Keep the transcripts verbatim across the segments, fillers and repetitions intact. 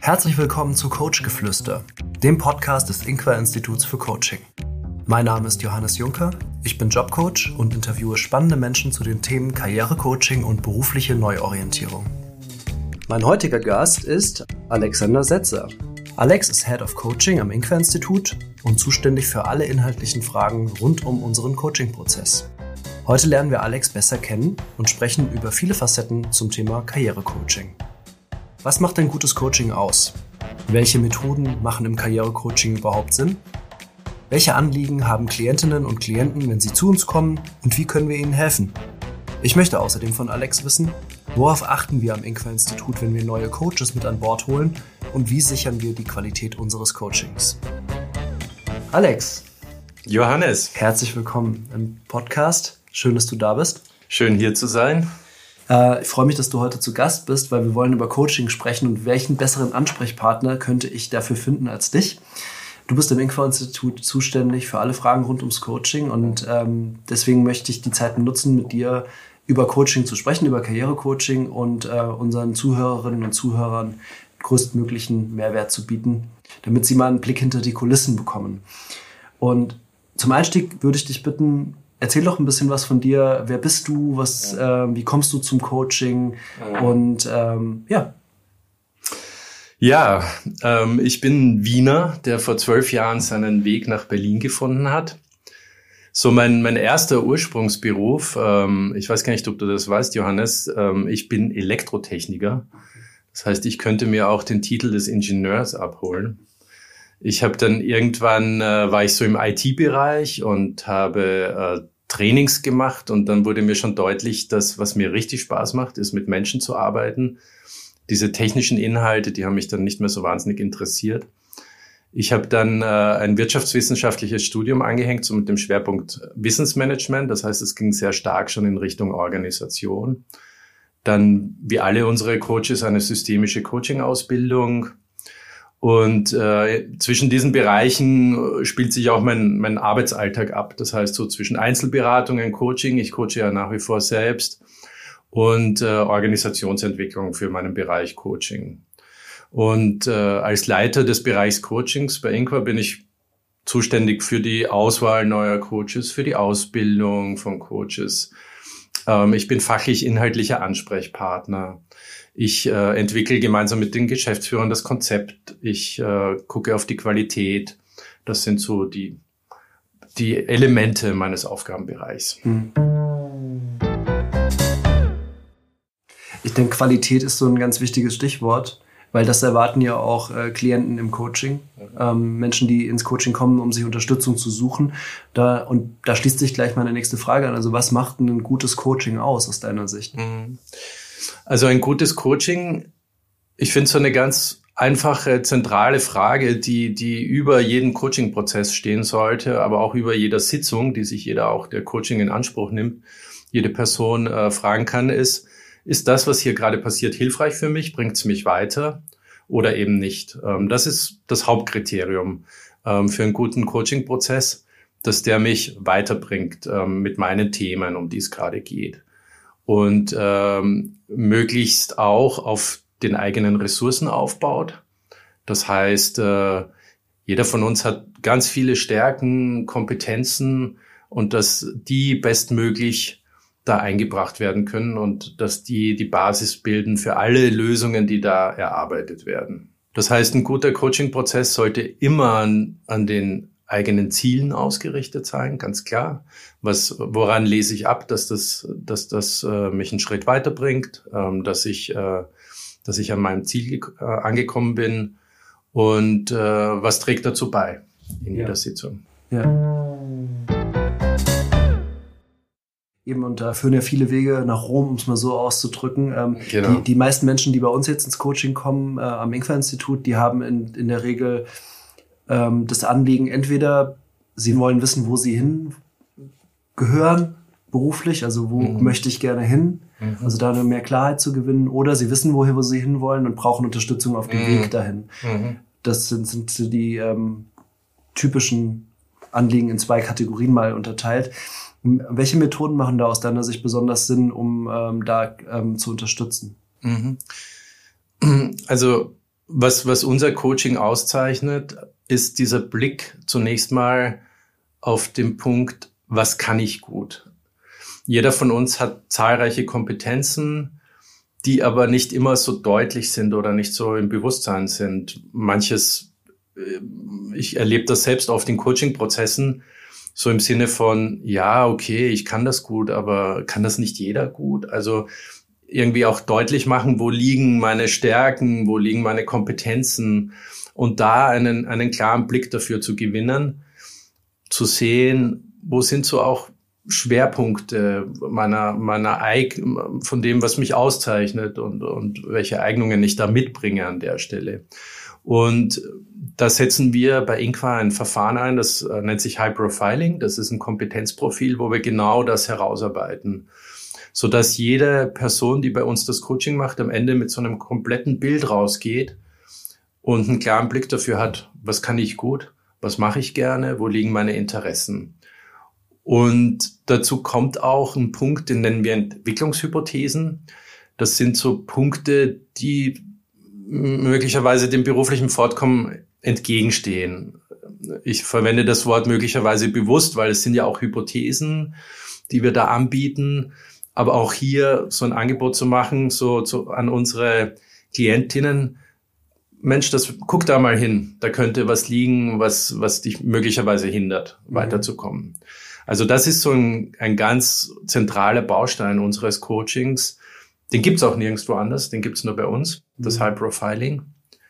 Herzlich willkommen zu Coachgeflüster, dem Podcast des Inqua-Instituts für Coaching. Mein Name ist Johannes Juncker, ich bin Jobcoach und interviewe spannende Menschen zu den Themen Karrierecoaching und berufliche Neuorientierung. Mein heutiger Gast ist Alexander Setzer. Alex ist Head of Coaching am Inqua-Institut und zuständig für alle inhaltlichen Fragen rund um unseren Coaching-Prozess. Heute lernen wir Alex besser kennen und sprechen über viele Facetten zum Thema Karrierecoaching. Was macht ein gutes Coaching aus? Welche Methoden machen im Karrierecoaching überhaupt Sinn? Welche Anliegen haben Klientinnen und Klienten, wenn sie zu uns kommen, und wie können wir ihnen helfen? Ich möchte außerdem von Alex wissen, worauf achten wir am Inqua-Institut, wenn wir neue Coaches mit an Bord holen, und wie sichern wir die Qualität unseres Coachings? Alex. Johannes. Herzlich willkommen im Podcast. Schön, dass du da bist. Schön, hier zu sein. Äh, ich freue mich, dass du heute zu Gast bist, weil wir wollen über Coaching sprechen, und welchen besseren Ansprechpartner könnte ich dafür finden als dich? Du bist im Inqua-Institut zuständig für alle Fragen rund ums Coaching, und ähm, deswegen möchte ich die Zeit nutzen, mit dir über Coaching zu sprechen, über Karrierecoaching und äh, unseren Zuhörerinnen und Zuhörern größtmöglichen Mehrwert zu bieten, damit sie mal einen Blick hinter die Kulissen bekommen. Und zum Einstieg würde ich dich bitten, erzähl doch ein bisschen was von dir. Wer bist du? Was, äh, wie kommst du zum Coaching? Und ähm, ja. Ja, ähm, ich bin ein Wiener, der vor zwölf Jahren seinen Weg nach Berlin gefunden hat. So mein mein erster Ursprungsberuf, ähm, ich weiß gar nicht, ob du das weißt, Johannes, ähm, ich bin Elektrotechniker. Das heißt, ich könnte mir auch den Titel des Ingenieurs abholen. Ich habe dann irgendwann, äh, war ich so im I T-Bereich und habe äh, Trainings gemacht, und dann wurde mir schon deutlich, dass was mir richtig Spaß macht, ist mit Menschen zu arbeiten. Diese technischen Inhalte, die haben mich dann nicht mehr so wahnsinnig interessiert. Ich habe dann äh, ein wirtschaftswissenschaftliches Studium angehängt, so mit dem Schwerpunkt Wissensmanagement. Das heißt, es ging sehr stark schon in Richtung Organisation. Dann, wie alle unsere Coaches, eine systemische Coaching-Ausbildung. Und äh, zwischen diesen Bereichen spielt sich auch mein, mein Arbeitsalltag ab. Das heißt, so zwischen Einzelberatungen, Coaching, ich coache ja nach wie vor selbst, und äh, Organisationsentwicklung für meinen Bereich Coaching. Und äh, als Leiter des Bereichs Coachings bei Inqua bin ich zuständig für die Auswahl neuer Coaches, für die Ausbildung von Coaches. Ähm, ich bin fachlich inhaltlicher Ansprechpartner. Ich äh, entwickle gemeinsam mit den Geschäftsführern das Konzept. Ich äh, gucke auf die Qualität. Das sind so die, die Elemente meines Aufgabenbereichs. Hm. Ich denke, Qualität ist so ein ganz wichtiges Stichwort, weil das erwarten ja auch äh, Klienten im Coaching. Ähm, Menschen, die ins Coaching kommen, um sich Unterstützung zu suchen. Da, und da schließt sich gleich meine nächste Frage an. Also was macht ein gutes Coaching aus, aus deiner Sicht? Mhm. Also ein gutes Coaching, ich finde so eine ganz einfache, zentrale Frage, die die über jeden Coaching-Prozess stehen sollte, aber auch über jeder Sitzung, die sich jeder auch, der Coaching in Anspruch nimmt, jede Person äh, fragen kann, ist, ist das, was hier gerade passiert, hilfreich für mich? Bringt es mich weiter oder eben nicht? Ähm, das ist das Hauptkriterium ähm, für einen guten Coaching-Prozess, dass der mich weiterbringt ähm, mit meinen Themen, um die es gerade geht. Und ähm, möglichst auch auf den eigenen Ressourcen aufbaut. Das heißt, äh, jeder von uns hat ganz viele Stärken, Kompetenzen, und dass die bestmöglich da eingebracht werden können und dass die die Basis bilden für alle Lösungen, die da erarbeitet werden. Das heißt, ein guter Coaching-Prozess sollte immer an, an den eigenen Zielen ausgerichtet sein, ganz klar. Was, woran lese ich ab, dass das, dass das äh, mich einen Schritt weiterbringt, ähm, dass ich, äh, dass ich an meinem Ziel äh, angekommen bin, und äh, was trägt dazu bei in ja. jeder Sitzung. Ja. Eben, und da führen ja viele Wege nach Rom, um es mal so auszudrücken. Ähm, genau. die, die meisten Menschen, die bei uns jetzt ins Coaching kommen, äh, am Inqua-Institut, die haben in, in der Regel ähm, das Anliegen, entweder sie wollen wissen, wo sie hingehören beruflich, also wo mhm. möchte ich gerne hin, mhm. also da mehr Klarheit zu gewinnen, oder sie wissen, woher wo sie hinwollen und brauchen Unterstützung auf dem mhm. Weg dahin. Mhm. Das sind, sind die ähm, typischen Anliegen in zwei Kategorien mal unterteilt. Welche Methoden machen da aus deiner Sicht besonders Sinn, um ähm, da ähm, zu unterstützen? Mhm. Also was, was unser Coaching auszeichnet, ist dieser Blick zunächst mal auf den Punkt, was kann ich gut? Jeder von uns hat zahlreiche Kompetenzen, die aber nicht immer so deutlich sind oder nicht so im Bewusstsein sind. Manches, ich erlebe das selbst oft in Coaching-Prozessen, so im Sinne von, ja, okay, ich kann das gut, aber kann das nicht jeder gut? Also irgendwie auch deutlich machen, wo liegen meine Stärken, wo liegen meine Kompetenzen und da einen, einen klaren Blick dafür zu gewinnen, zu sehen, wo sind so auch Schwerpunkte meiner, meiner Eig- von dem, was mich auszeichnet und, und welche Eignungen ich da mitbringe an der Stelle. Und da setzen wir bei Inqua ein Verfahren ein, das nennt sich High Profiling. Das ist ein Kompetenzprofil, wo wir genau das herausarbeiten, sodass jede Person, die bei uns das Coaching macht, am Ende mit so einem kompletten Bild rausgeht und einen klaren Blick dafür hat, was kann ich gut, was mache ich gerne, wo liegen meine Interessen. Und dazu kommt auch ein Punkt, den nennen wir Entwicklungshypothesen. Das sind so Punkte, die möglicherweise dem beruflichen Fortkommen entgegenstehen. Ich verwende das Wort möglicherweise bewusst, weil es sind ja auch Hypothesen, die wir da anbieten. Aber auch hier so ein Angebot zu machen, so, so an unsere Klientinnen, Mensch, das, guck da mal hin. Da könnte was liegen, was, was dich möglicherweise hindert, mhm. weiterzukommen. Also das ist so ein, ein ganz zentraler Baustein unseres Coachings. Den gibt's auch nirgendwo anders, den gibt's nur bei uns, das mhm. High Profiling.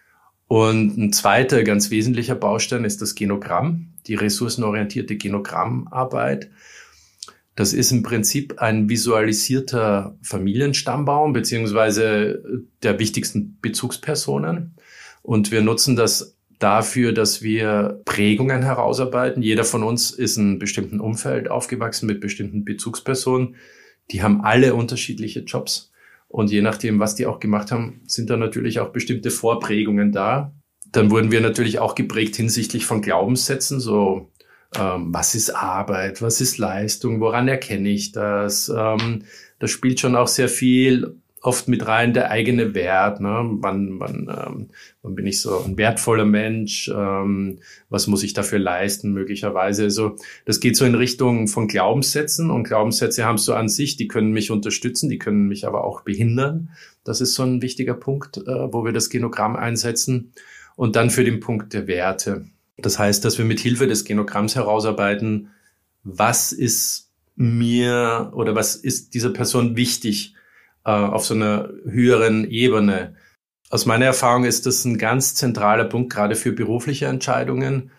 Und ein zweiter ganz wesentlicher Baustein ist das Genogramm, die ressourcenorientierte Genogrammarbeit. Das ist im Prinzip ein visualisierter Familienstammbaum beziehungsweise der wichtigsten Bezugspersonen. Und wir nutzen das dafür, dass wir Prägungen herausarbeiten. Jeder von uns ist in einem bestimmten Umfeld aufgewachsen mit bestimmten Bezugspersonen. Die haben alle unterschiedliche Jobs. Und je nachdem, was die auch gemacht haben, sind da natürlich auch bestimmte Vorprägungen da. Dann wurden wir natürlich auch geprägt hinsichtlich von Glaubenssätzen, so ähm, was ist Arbeit, was ist Leistung, woran erkenne ich das? Ähm, das spielt schon auch sehr viel oft mit rein, der eigene Wert. Ne? Wann, wann, ähm, wann bin ich so ein wertvoller Mensch? Ähm, was muss ich dafür leisten möglicherweise? Also das geht so in Richtung von Glaubenssätzen. Und Glaubenssätze haben so an sich, die können mich unterstützen, die können mich aber auch behindern. Das ist so ein wichtiger Punkt, äh, wo wir das Genogramm einsetzen. Und dann für den Punkt der Werte. Das heißt, dass wir mit Hilfe des Genogramms herausarbeiten, was ist mir oder was ist dieser Person wichtig, auf so einer höheren Ebene. Aus meiner Erfahrung ist das ein ganz zentraler Punkt, gerade für berufliche Entscheidungen.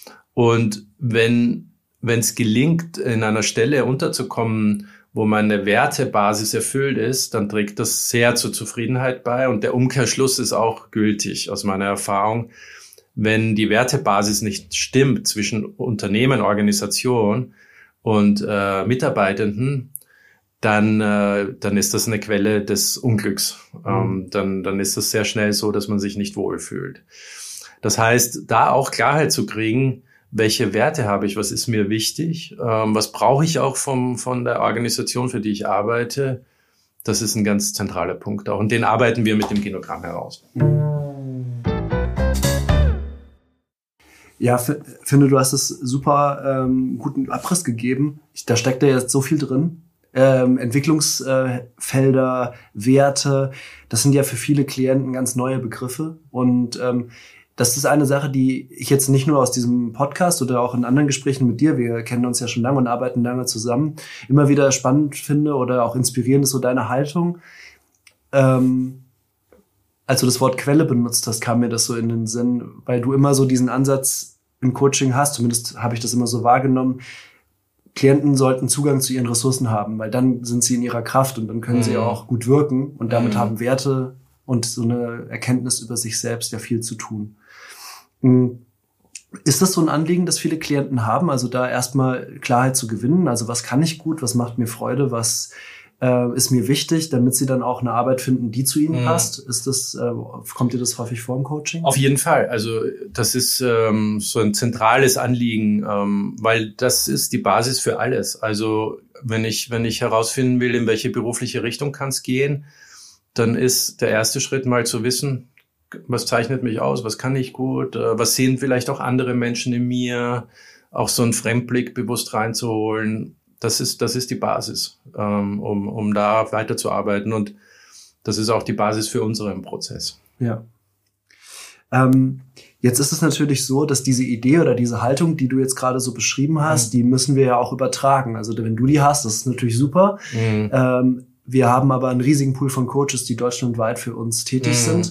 Und wenn wenn es gelingt, in einer Stelle unterzukommen, wo meine Wertebasis erfüllt ist, dann trägt das sehr zur Zufriedenheit bei. Und der Umkehrschluss ist auch gültig aus meiner Erfahrung. Wenn die Wertebasis nicht stimmt zwischen Unternehmen, Organisation und äh, Mitarbeitenden, dann äh, dann ist das eine Quelle des Unglücks. Mhm. Ähm, dann dann ist das sehr schnell so, dass man sich nicht wohlfühlt. Das heißt, da auch Klarheit zu kriegen, welche Werte habe ich, was ist mir wichtig, ähm, was brauche ich auch vom von der Organisation, für die ich arbeite, das ist ein ganz zentraler Punkt auch. Und den arbeiten wir mit dem Genogramm heraus. Ja, f- finde, du hast es super ähm, guten Abriss gegeben. Ich, da steckt ja jetzt so viel drin. Ähm, Entwicklungsfelder, äh, Werte, das sind ja für viele Klienten ganz neue Begriffe. Und ähm, das ist eine Sache, die ich jetzt nicht nur aus diesem Podcast oder auch in anderen Gesprächen mit dir, wir kennen uns ja schon lange und arbeiten lange zusammen, immer wieder spannend finde oder auch inspirierend ist so deine Haltung. Ähm, als du das Wort Quelle benutzt hast, kam mir das so in den Sinn, weil du immer so diesen Ansatz im Coaching hast, zumindest habe ich das immer so wahrgenommen, Klienten sollten Zugang zu ihren Ressourcen haben, weil dann sind sie in ihrer Kraft und dann können mhm. sie auch gut wirken und damit mhm. haben Werte und so eine Erkenntnis über sich selbst ja viel zu tun. Ist das so ein Anliegen, das viele Klienten haben, also da erstmal Klarheit zu gewinnen, also was kann ich gut, was macht mir Freude, was äh, ist mir wichtig, damit sie dann auch eine Arbeit finden, die zu ihnen mhm. passt? Ist das, äh, kommt dir das häufig vor im Coaching? Auf jeden Fall. Also das ist ähm, so ein zentrales Anliegen, ähm, weil das ist die Basis für alles. Also wenn ich wenn ich herausfinden will, in welche berufliche Richtung kann es gehen, dann ist der erste Schritt mal zu wissen, was zeichnet mich aus, was kann ich gut, äh, was sehen vielleicht auch andere Menschen in mir, auch so einen Fremdblick bewusst reinzuholen. Das ist, das ist die Basis, ähm, um, um da weiterzuarbeiten. Und das ist auch die Basis für unseren Prozess. Ja. Ähm, jetzt ist es natürlich so, dass diese Idee oder diese Haltung, die du jetzt gerade so beschrieben hast, mhm. die müssen wir ja auch übertragen. Also wenn du die hast, das ist natürlich super. Mhm. Ähm, wir haben aber einen riesigen Pool von Coaches, die deutschlandweit für uns tätig mhm. sind.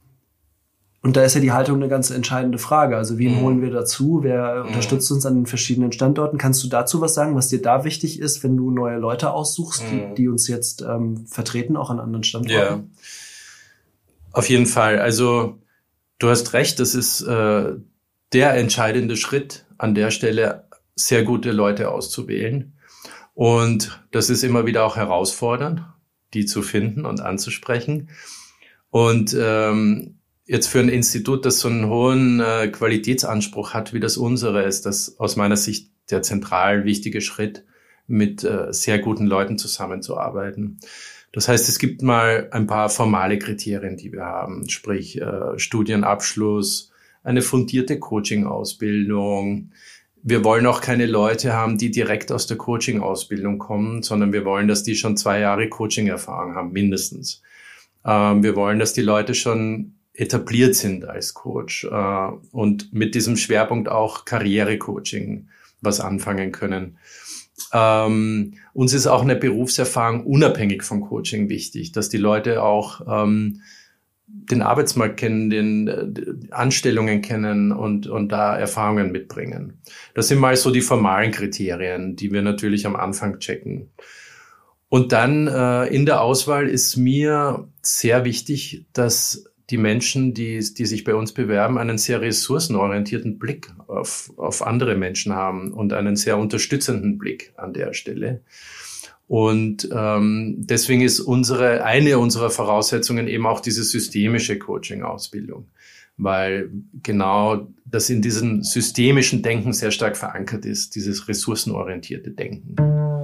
Und da ist ja die Haltung eine ganz entscheidende Frage. Also wen mhm. holen wir dazu? Wer mhm. unterstützt uns an den verschiedenen Standorten? Kannst du dazu was sagen, was dir da wichtig ist, wenn du neue Leute aussuchst, mhm. die, die uns jetzt ähm, vertreten, auch an anderen Standorten? Ja, auf jeden Fall. Also du hast recht, das ist äh, der entscheidende Schritt an der Stelle, sehr gute Leute auszuwählen. Und das ist immer wieder auch herausfordernd, die zu finden und anzusprechen. Und ähm, jetzt für ein Institut, das so einen hohen äh, Qualitätsanspruch hat, wie das unsere, ist das aus meiner Sicht der zentral wichtige Schritt, mit äh, sehr guten Leuten zusammenzuarbeiten. Das heißt, es gibt mal ein paar formale Kriterien, die wir haben, sprich äh, Studienabschluss, eine fundierte Coaching-Ausbildung. Wir wollen auch keine Leute haben, die direkt aus der Coaching-Ausbildung kommen, sondern wir wollen, dass die schon zwei Jahre Coaching-Erfahrung haben, mindestens. Ähm, wir wollen, dass die Leute schon etabliert sind als Coach äh, und mit diesem Schwerpunkt auch Karrierecoaching was anfangen können. Ähm, uns ist auch eine Berufserfahrung unabhängig vom Coaching wichtig, dass die Leute auch ähm, den Arbeitsmarkt kennen, den äh, Anstellungen kennen und und da Erfahrungen mitbringen. Das sind mal so die formalen Kriterien, die wir natürlich am Anfang checken. Und dann äh, in der Auswahl ist mir sehr wichtig, dass die Menschen, die, die sich bei uns bewerben, einen sehr ressourcenorientierten Blick auf, auf andere Menschen haben und einen sehr unterstützenden Blick an der Stelle. Und ähm, deswegen ist unsere eine unserer Voraussetzungen eben auch diese systemische Coaching-Ausbildung, weil genau das in diesem systemischen Denken sehr stark verankert ist, dieses ressourcenorientierte Denken.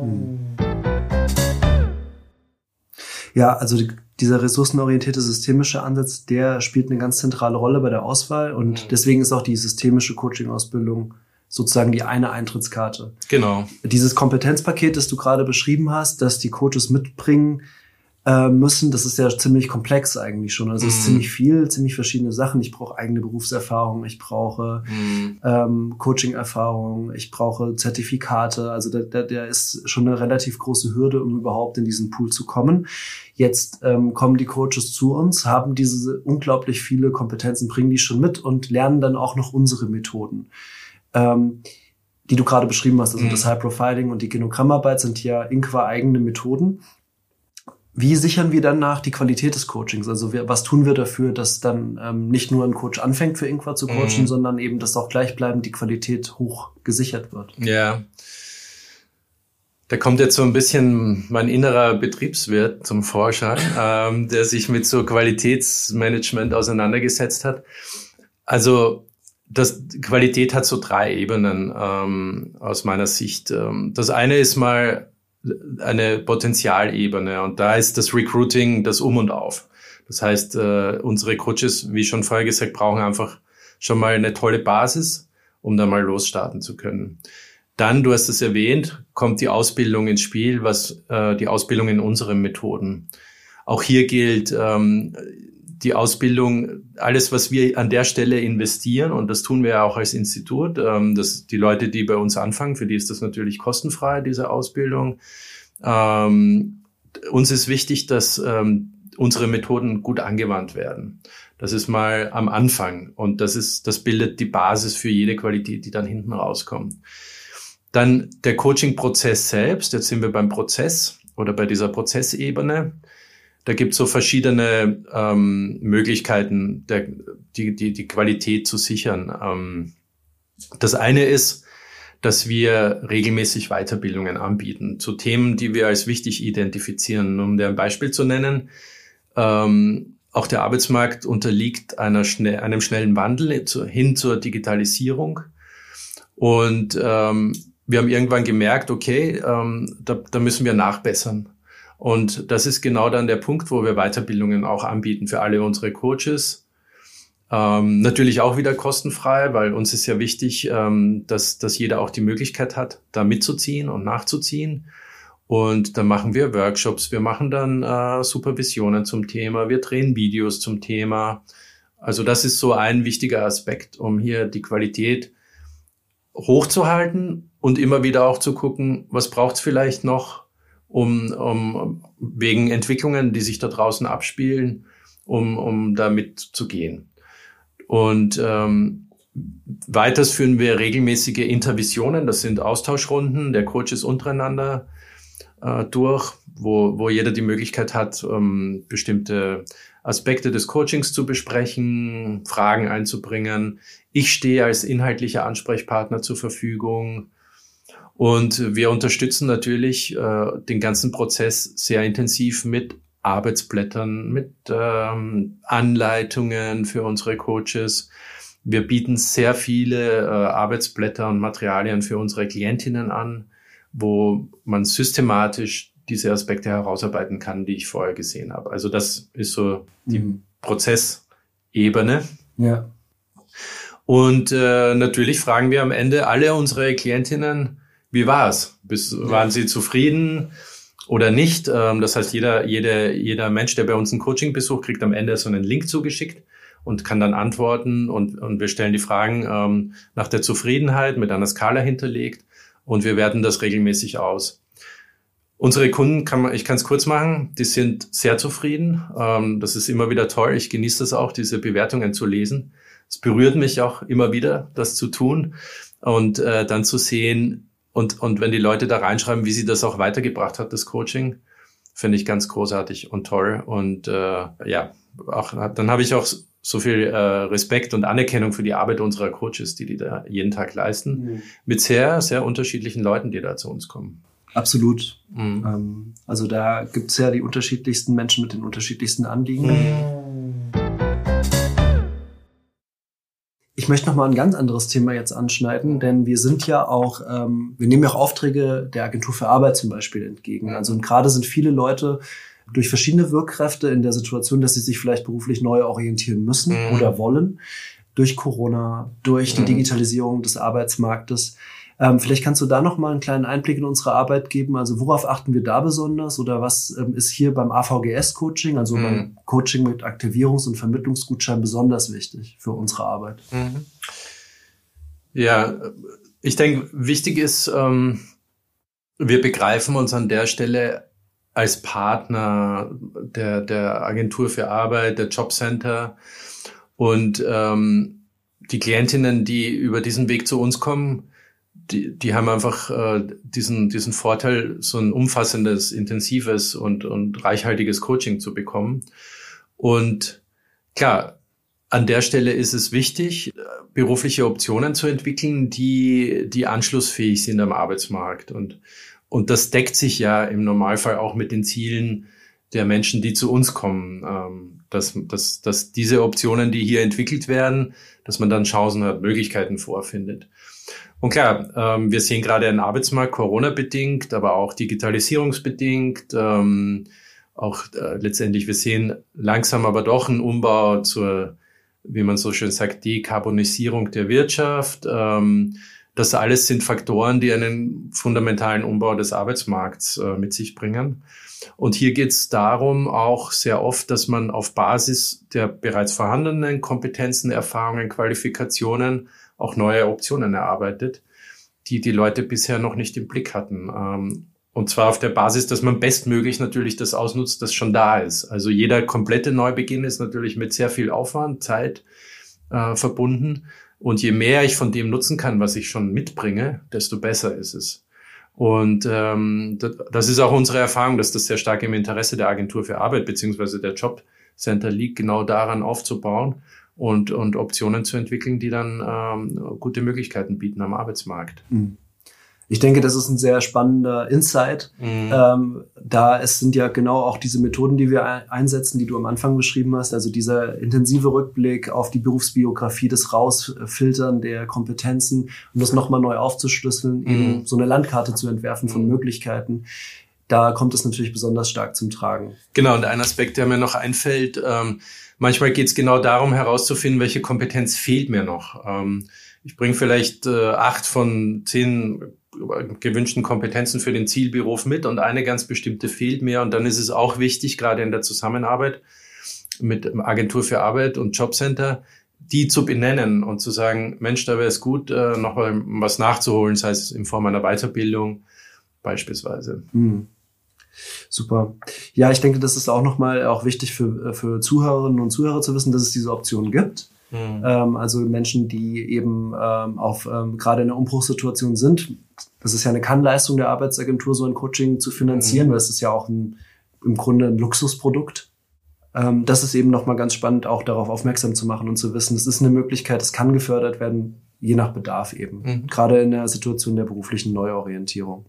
Ja, also die, dieser ressourcenorientierte systemische Ansatz, der spielt eine ganz zentrale Rolle bei der Auswahl und mhm. deswegen ist auch die systemische Coaching-Ausbildung sozusagen die eine Eintrittskarte. Genau. Dieses Kompetenzpaket, das du gerade beschrieben hast, das die Coaches mitbringen äh, müssen, das ist ja ziemlich komplex eigentlich schon. Also es ist Mhm. ziemlich viel, ziemlich verschiedene Sachen. Ich brauche eigene Berufserfahrung, ich brauche Mhm. ähm, Coaching-Erfahrung, ich brauche Zertifikate. Also der, der, der ist schon eine relativ große Hürde, um überhaupt in diesen Pool zu kommen. Jetzt ähm, kommen die Coaches zu uns, haben diese unglaublich viele Kompetenzen, bringen die schon mit und lernen dann auch noch unsere Methoden, ähm, die du gerade beschrieben hast. Also mhm. das High Profiling und die Genogrammarbeit sind ja Inqua eigene Methoden. Wie sichern wir dann nach die Qualität des Coachings? Also wir, was tun wir dafür, dass dann ähm, nicht nur ein Coach anfängt, für Inqua zu coachen, mhm. sondern eben, dass auch gleichbleibend die Qualität hoch gesichert wird? Ja. Da kommt jetzt so ein bisschen mein innerer Betriebswirt zum Vorschein, ähm, der sich mit so Qualitätsmanagement auseinandergesetzt hat. Also das Qualität hat so drei Ebenen ähm, aus meiner Sicht. Ähm, das eine ist mal eine Potenzialebene und da ist das Recruiting das Um und Auf. Das heißt, äh, unsere Coaches, wie schon vorher gesagt, brauchen einfach schon mal eine tolle Basis, um da mal losstarten zu können. Dann, du hast es erwähnt, kommt die Ausbildung ins Spiel, was äh, die Ausbildung in unseren Methoden. Auch hier gilt ähm, die Ausbildung, alles, was wir an der Stelle investieren, und das tun wir ja auch als Institut, ähm, das, die Leute, die bei uns anfangen, für die ist das natürlich kostenfrei, diese Ausbildung. Ähm, uns ist wichtig, dass ähm, unsere Methoden gut angewandt werden. Das ist mal am Anfang und das ist, das bildet die Basis für jede Qualität, die dann hinten rauskommt. Dann der Coaching-Prozess selbst, jetzt sind wir beim Prozess oder bei dieser Prozessebene. Da gibt es so verschiedene ähm, Möglichkeiten, der, die, die, die Qualität zu sichern. Ähm, das eine ist, dass wir regelmäßig Weiterbildungen anbieten zu Themen, die wir als wichtig identifizieren. Um dir ein Beispiel zu nennen, ähm, auch der Arbeitsmarkt unterliegt einer schnell, einem schnellen Wandel zu, hin zur Digitalisierung. Und ähm, wir haben irgendwann gemerkt, okay, ähm, da, da müssen wir nachbessern. Und das ist genau dann der Punkt, wo wir Weiterbildungen auch anbieten für alle unsere Coaches. Ähm, natürlich auch wieder kostenfrei, weil uns ist ja wichtig, ähm, dass, dass jeder auch die Möglichkeit hat, da mitzuziehen und nachzuziehen. Und dann machen wir Workshops, wir machen dann äh, Supervisionen zum Thema, wir drehen Videos zum Thema. Also das ist so ein wichtiger Aspekt, um hier die Qualität hochzuhalten und immer wieder auch zu gucken, was braucht es vielleicht noch, um, um wegen Entwicklungen, die sich da draußen abspielen, um, um da mitzugehen. Und ähm, weiters führen wir regelmäßige Intervisionen, das sind Austauschrunden der Coaches untereinander äh, durch, wo, wo jeder die Möglichkeit hat, ähm, bestimmte Aspekte des Coachings zu besprechen, Fragen einzubringen. Ich stehe als inhaltlicher Ansprechpartner zur Verfügung und wir unterstützen natürlich äh, den ganzen Prozess sehr intensiv mit Arbeitsblättern, mit ähm, Anleitungen für unsere Coaches. Wir bieten sehr viele äh, Arbeitsblätter und Materialien für unsere Klientinnen an, wo man systematisch diese Aspekte herausarbeiten kann, die ich vorher gesehen habe. Also das ist so die mhm. Prozessebene. Ja. Und äh, natürlich fragen wir am Ende alle unsere Klientinnen, wie war's? Bis, ja. Waren sie zufrieden oder nicht? Ähm, das heißt, jeder, jede, jeder Mensch, der bei uns ein Coaching besucht, kriegt am Ende so einen Link zugeschickt und kann dann antworten und, und wir stellen die Fragen ähm, nach der Zufriedenheit mit einer Skala hinterlegt und wir werten das regelmäßig aus. Unsere Kunden, kann man, ich kann es kurz machen, die sind sehr zufrieden. Ähm, das ist immer wieder toll. Ich genieße das auch, diese Bewertungen zu lesen. Es berührt mich auch immer wieder, das zu tun und äh, dann zu sehen und und wenn die Leute da reinschreiben, wie sie das auch weitergebracht hat, das Coaching, finde ich ganz großartig und toll. Und äh, ja, auch dann habe ich auch so viel äh, Respekt und Anerkennung für die Arbeit unserer Coaches, die die da jeden Tag leisten, mhm. mit sehr, sehr unterschiedlichen Leuten, die da zu uns kommen. Absolut. Mhm. Ähm, also da gibt's ja die unterschiedlichsten Menschen mit den unterschiedlichsten Anliegen. Mhm. Ich möchte noch mal ein ganz anderes Thema jetzt anschneiden, denn wir sind ja auch, ähm, wir nehmen ja auch Aufträge der Agentur für Arbeit zum Beispiel entgegen. Also und gerade sind viele Leute durch verschiedene Wirkkräfte in der Situation, dass sie sich vielleicht beruflich neu orientieren müssen mhm. oder wollen, durch Corona, durch die mhm. Digitalisierung des Arbeitsmarktes. Ähm, vielleicht kannst du da noch mal einen kleinen Einblick in unsere Arbeit geben. Also worauf achten wir da besonders oder was ähm, ist hier beim A V G S-Coaching, also mhm. beim Coaching mit Aktivierungs- und Vermittlungsgutschein besonders wichtig für unsere Arbeit? Mhm. Ja, ich denke, wichtig ist, ähm, wir begreifen uns an der Stelle als Partner der, der Agentur für Arbeit, der Jobcenter und ähm, die Klientinnen, die über diesen Weg zu uns kommen, Die, die haben einfach äh, diesen diesen Vorteil, so ein umfassendes, intensives und und reichhaltiges Coaching zu bekommen. Und klar, an der Stelle ist es wichtig, berufliche Optionen zu entwickeln, die die anschlussfähig sind am Arbeitsmarkt. Und und das deckt sich ja im Normalfall auch mit den Zielen der Menschen, die zu uns kommen, ähm, dass dass dass diese Optionen, die hier entwickelt werden, dass man dann Chancen hat, Möglichkeiten vorfindet. Und klar, ähm, wir sehen gerade einen Arbeitsmarkt, Corona-bedingt, aber auch digitalisierungsbedingt. Ähm, auch äh, letztendlich, wir sehen langsam aber doch einen Umbau zur, wie man so schön sagt, Dekarbonisierung der Wirtschaft. Ähm, das alles sind Faktoren, die einen fundamentalen Umbau des Arbeitsmarkts äh, mit sich bringen. Und hier geht es darum auch sehr oft, dass man auf Basis der bereits vorhandenen Kompetenzen, Erfahrungen, Qualifikationen auch neue Optionen erarbeitet, die die Leute bisher noch nicht im Blick hatten. Und zwar auf der Basis, dass man bestmöglich natürlich das ausnutzt, das schon da ist. Also jeder komplette Neubeginn ist natürlich mit sehr viel Aufwand, Zeit äh, verbunden. Und je mehr ich von dem nutzen kann, was ich schon mitbringe, desto besser ist es. Und ähm, das ist auch unsere Erfahrung, dass das sehr stark im Interesse der Agentur für Arbeit beziehungsweise der Jobcenter liegt, genau daran aufzubauen und und Optionen zu entwickeln, die dann ähm, gute Möglichkeiten bieten am Arbeitsmarkt. Ich denke, das ist ein sehr spannender Insight. Mhm. Ähm, da es sind ja genau auch diese Methoden, die wir einsetzen, die du am Anfang beschrieben hast, also dieser intensive Rückblick auf die Berufsbiografie, das Rausfiltern der Kompetenzen und das nochmal neu aufzuschlüsseln, mhm. eben so eine Landkarte zu entwerfen von mhm. Möglichkeiten. da kommt es natürlich besonders stark zum Tragen. Genau, und ein Aspekt, der mir noch einfällt, ähm, manchmal geht es genau darum, herauszufinden, welche Kompetenz fehlt mir noch. Ähm, ich bringe vielleicht äh, acht von zehn gewünschten Kompetenzen für den Zielberuf mit und eine ganz bestimmte fehlt mir. Und dann ist es auch wichtig, gerade in der Zusammenarbeit mit Agentur für Arbeit und Jobcenter, die zu benennen und zu sagen, Mensch, da wäre es gut, äh, noch mal was nachzuholen, sei es in Form einer Weiterbildung beispielsweise. Hm. Super. Ja, ich denke, das ist auch nochmal auch wichtig für, für Zuhörerinnen und Zuhörer zu wissen, dass es diese Option gibt. Mhm. Ähm, also Menschen, die eben ähm, auf ähm, gerade in einer Umbruchssituation sind. Das ist ja eine Kannleistung der Arbeitsagentur, so ein Coaching zu finanzieren, mhm. weil es ist ja auch ein, im Grunde ein Luxusprodukt. Ähm, das ist eben nochmal ganz spannend, auch darauf aufmerksam zu machen und zu wissen, es ist eine Möglichkeit, es kann gefördert werden, je nach Bedarf eben. Mhm. Gerade in der Situation der beruflichen Neuorientierung.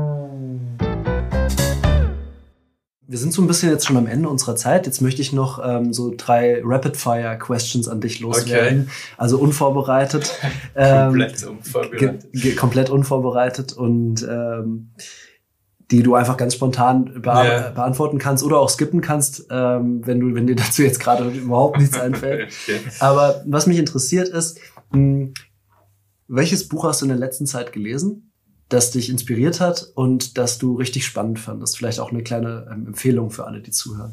Wir sind so ein bisschen jetzt schon am Ende unserer Zeit. Jetzt möchte ich noch ähm, so drei Rapid-Fire-Questions an dich loswerden. Okay. Also unvorbereitet. ähm, komplett unvorbereitet. Ge- ge- komplett unvorbereitet und ähm, die du einfach ganz spontan be- yeah. beantworten kannst oder auch skippen kannst, ähm, wenn du, wenn dir dazu jetzt gerade überhaupt nichts einfällt. Okay. Aber was mich interessiert ist, mh, welches Buch hast du in der letzten Zeit gelesen, das dich inspiriert hat und das du richtig spannend fandest? Vielleicht auch eine kleine ähm, Empfehlung für alle, die zuhören.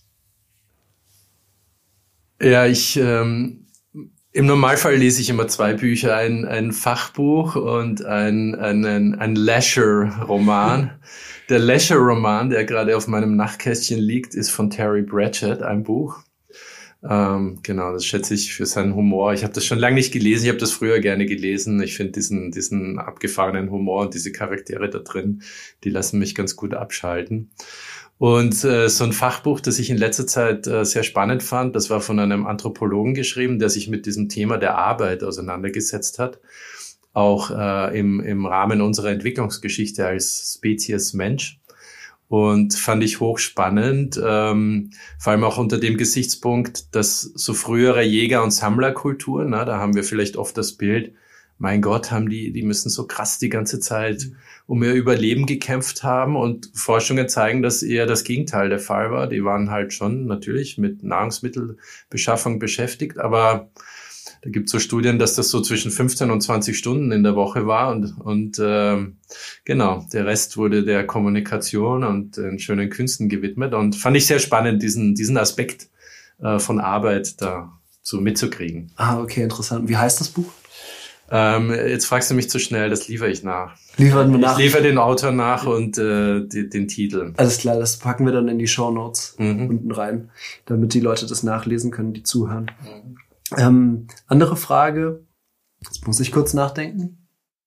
Ja, ich ähm, im Normalfall lese ich immer zwei Bücher, ein, ein Fachbuch und ein, ein, ein Leisure-Roman. Der Leisure-Roman, der gerade auf meinem Nachtkästchen liegt, ist von Terry Pratchett, ein Buch. Ähm, genau, das schätze ich für seinen Humor. Ich habe das schon lange nicht gelesen, ich habe das früher gerne gelesen. Ich finde diesen diesen abgefahrenen Humor und diese Charaktere da drin, die lassen mich ganz gut abschalten. Und äh, so ein Fachbuch, das ich in letzter Zeit äh, sehr spannend fand, das war von einem Anthropologen geschrieben, der sich mit diesem Thema der Arbeit auseinandergesetzt hat, auch äh, im im Rahmen unserer Entwicklungsgeschichte als Spezies Mensch. Und fand ich hochspannend, ähm, vor allem auch unter dem Gesichtspunkt, dass so frühere Jäger- und Sammlerkultur, na, da haben wir vielleicht oft das Bild, mein Gott, haben die, die müssen so krass die ganze Zeit um ihr Überleben gekämpft haben, und Forschungen zeigen, dass eher das Gegenteil der Fall war. Die waren halt schon natürlich mit Nahrungsmittelbeschaffung beschäftigt, aber da gibt es so Studien, dass das so zwischen fünfzehn und zwanzig Stunden in der Woche war und und äh, genau, der Rest wurde der Kommunikation und den schönen Künsten gewidmet, und fand ich sehr spannend, diesen diesen Aspekt äh, von Arbeit da so mitzukriegen. Ah, okay, interessant. Wie heißt das Buch? Ähm, jetzt fragst du mich zu schnell, das liefere ich nach. Liefern wir nach. Ich liefere den Autor nach und äh, die, den Titel. Alles klar, das packen wir dann in die Shownotes mhm. unten rein, damit die Leute das nachlesen können, die zuhören. Mhm. Ähm, andere Frage, jetzt muss ich kurz nachdenken.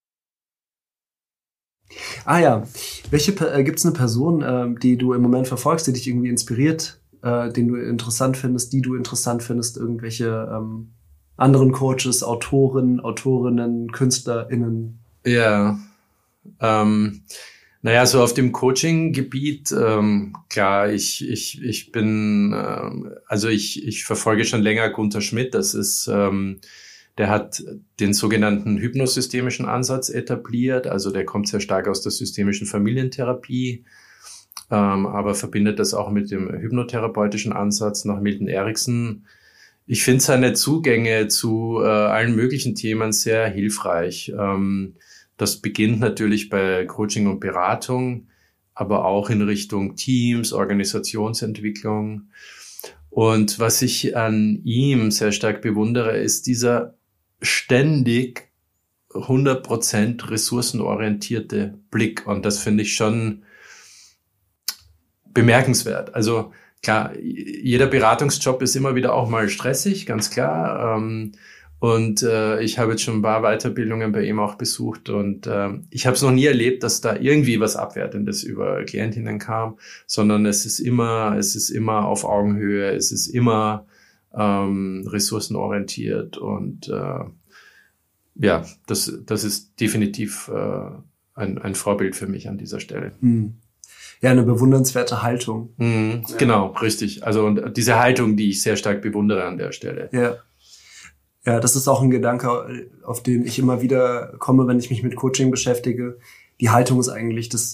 Ah ja, welche äh, gibt es eine Person, äh, die du im Moment verfolgst, die dich irgendwie inspiriert, äh, den du interessant findest, die du interessant findest, irgendwelche ähm, anderen Coaches, Autoren, Autorinnen, KünstlerInnen? Ja, ähm, naja, so auf dem Coaching-Gebiet, ähm, klar, ich ich ich bin, ähm, also ich ich verfolge schon länger Gunther Schmidt. Das ist, ähm, der hat den sogenannten hypnosystemischen Ansatz etabliert. Also der kommt sehr stark aus der systemischen Familientherapie, ähm, aber verbindet das auch mit dem hypnotherapeutischen Ansatz nach Milton Erickson. Ich finde seine Zugänge zu äh, allen möglichen Themen sehr hilfreich. Ähm, Das beginnt natürlich bei Coaching und Beratung, aber auch in Richtung Teams, Organisationsentwicklung. Und was ich an ihm sehr stark bewundere, ist dieser ständig hundert Prozent ressourcenorientierte Blick. Und das finde ich schon bemerkenswert. Also klar, jeder Beratungsjob ist immer wieder auch mal stressig, ganz klar. Ähm, Und äh, ich habe jetzt schon ein paar Weiterbildungen bei ihm auch besucht, und äh, ich habe es noch nie erlebt, dass da irgendwie was Abwertendes über Klientinnen kam, sondern es ist immer, es ist immer auf Augenhöhe, es ist immer ähm, ressourcenorientiert, und äh, ja, das das ist definitiv äh, ein, ein Vorbild für mich an dieser Stelle. Hm. Ja, eine bewundernswerte Haltung. Mhm, ja. Genau, richtig. Also und diese Haltung, die ich sehr stark bewundere an der Stelle. Ja. Ja, das ist auch ein Gedanke, auf den ich immer wieder komme, wenn ich mich mit Coaching beschäftige. Die Haltung ist eigentlich das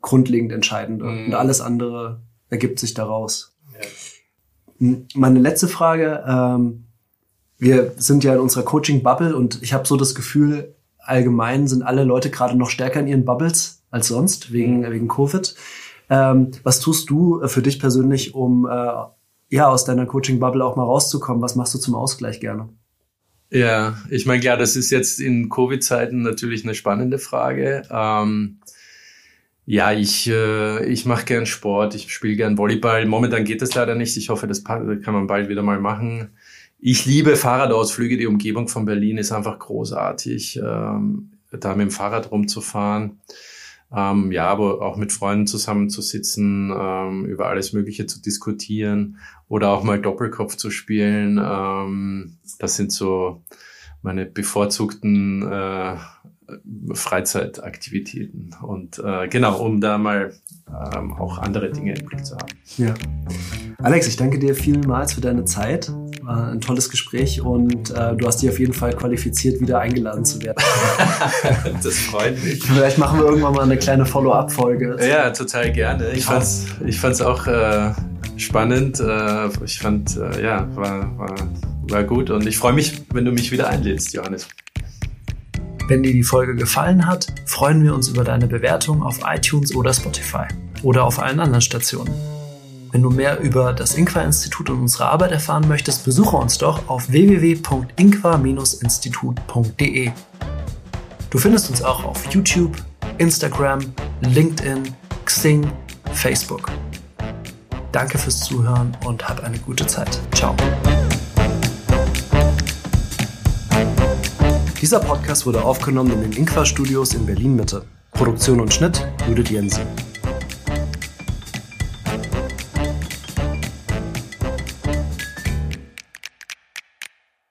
grundlegend Entscheidende. Mhm. Und alles andere ergibt sich daraus. Ja. Meine letzte Frage. Ähm, wir sind ja in unserer Coaching-Bubble und ich habe so das Gefühl, allgemein sind alle Leute gerade noch stärker in ihren Bubbles als sonst, wegen, mhm. wegen Covid. Ähm, was tust du für dich persönlich, um äh, ja aus deiner Coaching-Bubble auch mal rauszukommen? Was machst du zum Ausgleich gerne? Ja, ich meine, klar, das ist jetzt in Covid-Zeiten natürlich eine spannende Frage. Ähm, ja, ich äh, ich mache gern Sport, ich spiele gern Volleyball. Momentan geht das leider nicht. Ich hoffe, das kann man bald wieder mal machen. Ich liebe Fahrradausflüge. Die Umgebung von Berlin ist einfach großartig, ähm, da mit dem Fahrrad rumzufahren. Ähm, ja, aber auch mit Freunden zusammenzusitzen, ähm, über alles Mögliche zu diskutieren oder auch mal Doppelkopf zu spielen. Ähm, das sind so meine bevorzugten äh, Freizeitaktivitäten. Und äh, genau, um da mal ähm, auch andere Dinge im Blick zu haben. Ja. Alex, ich danke dir vielmals für deine Zeit. War ein tolles Gespräch und äh, du hast dich auf jeden Fall qualifiziert, wieder eingeladen zu werden. Das freut mich. Vielleicht machen wir irgendwann mal eine kleine Follow-up-Folge. Ja, total gerne. Ich fand's, ich fand's auch äh, spannend. Äh, ich fand, äh, ja, war, war, war gut und ich freue mich, wenn du mich wieder einlädst, Johannes. Wenn dir die Folge gefallen hat, freuen wir uns über deine Bewertung auf iTunes oder Spotify oder auf allen anderen Stationen. Wenn du mehr über das Inqua-Institut und unsere Arbeit erfahren möchtest, besuche uns doch auf w w w punkt inqua Bindestrich institut punkt d e. Du findest uns auch auf YouTube, Instagram, LinkedIn, Xing, Facebook. Danke fürs Zuhören und hab eine gute Zeit. Ciao. Dieser Podcast wurde aufgenommen in den Inqua Studios in Berlin-Mitte. Produktion und Schnitt Judith Jensen.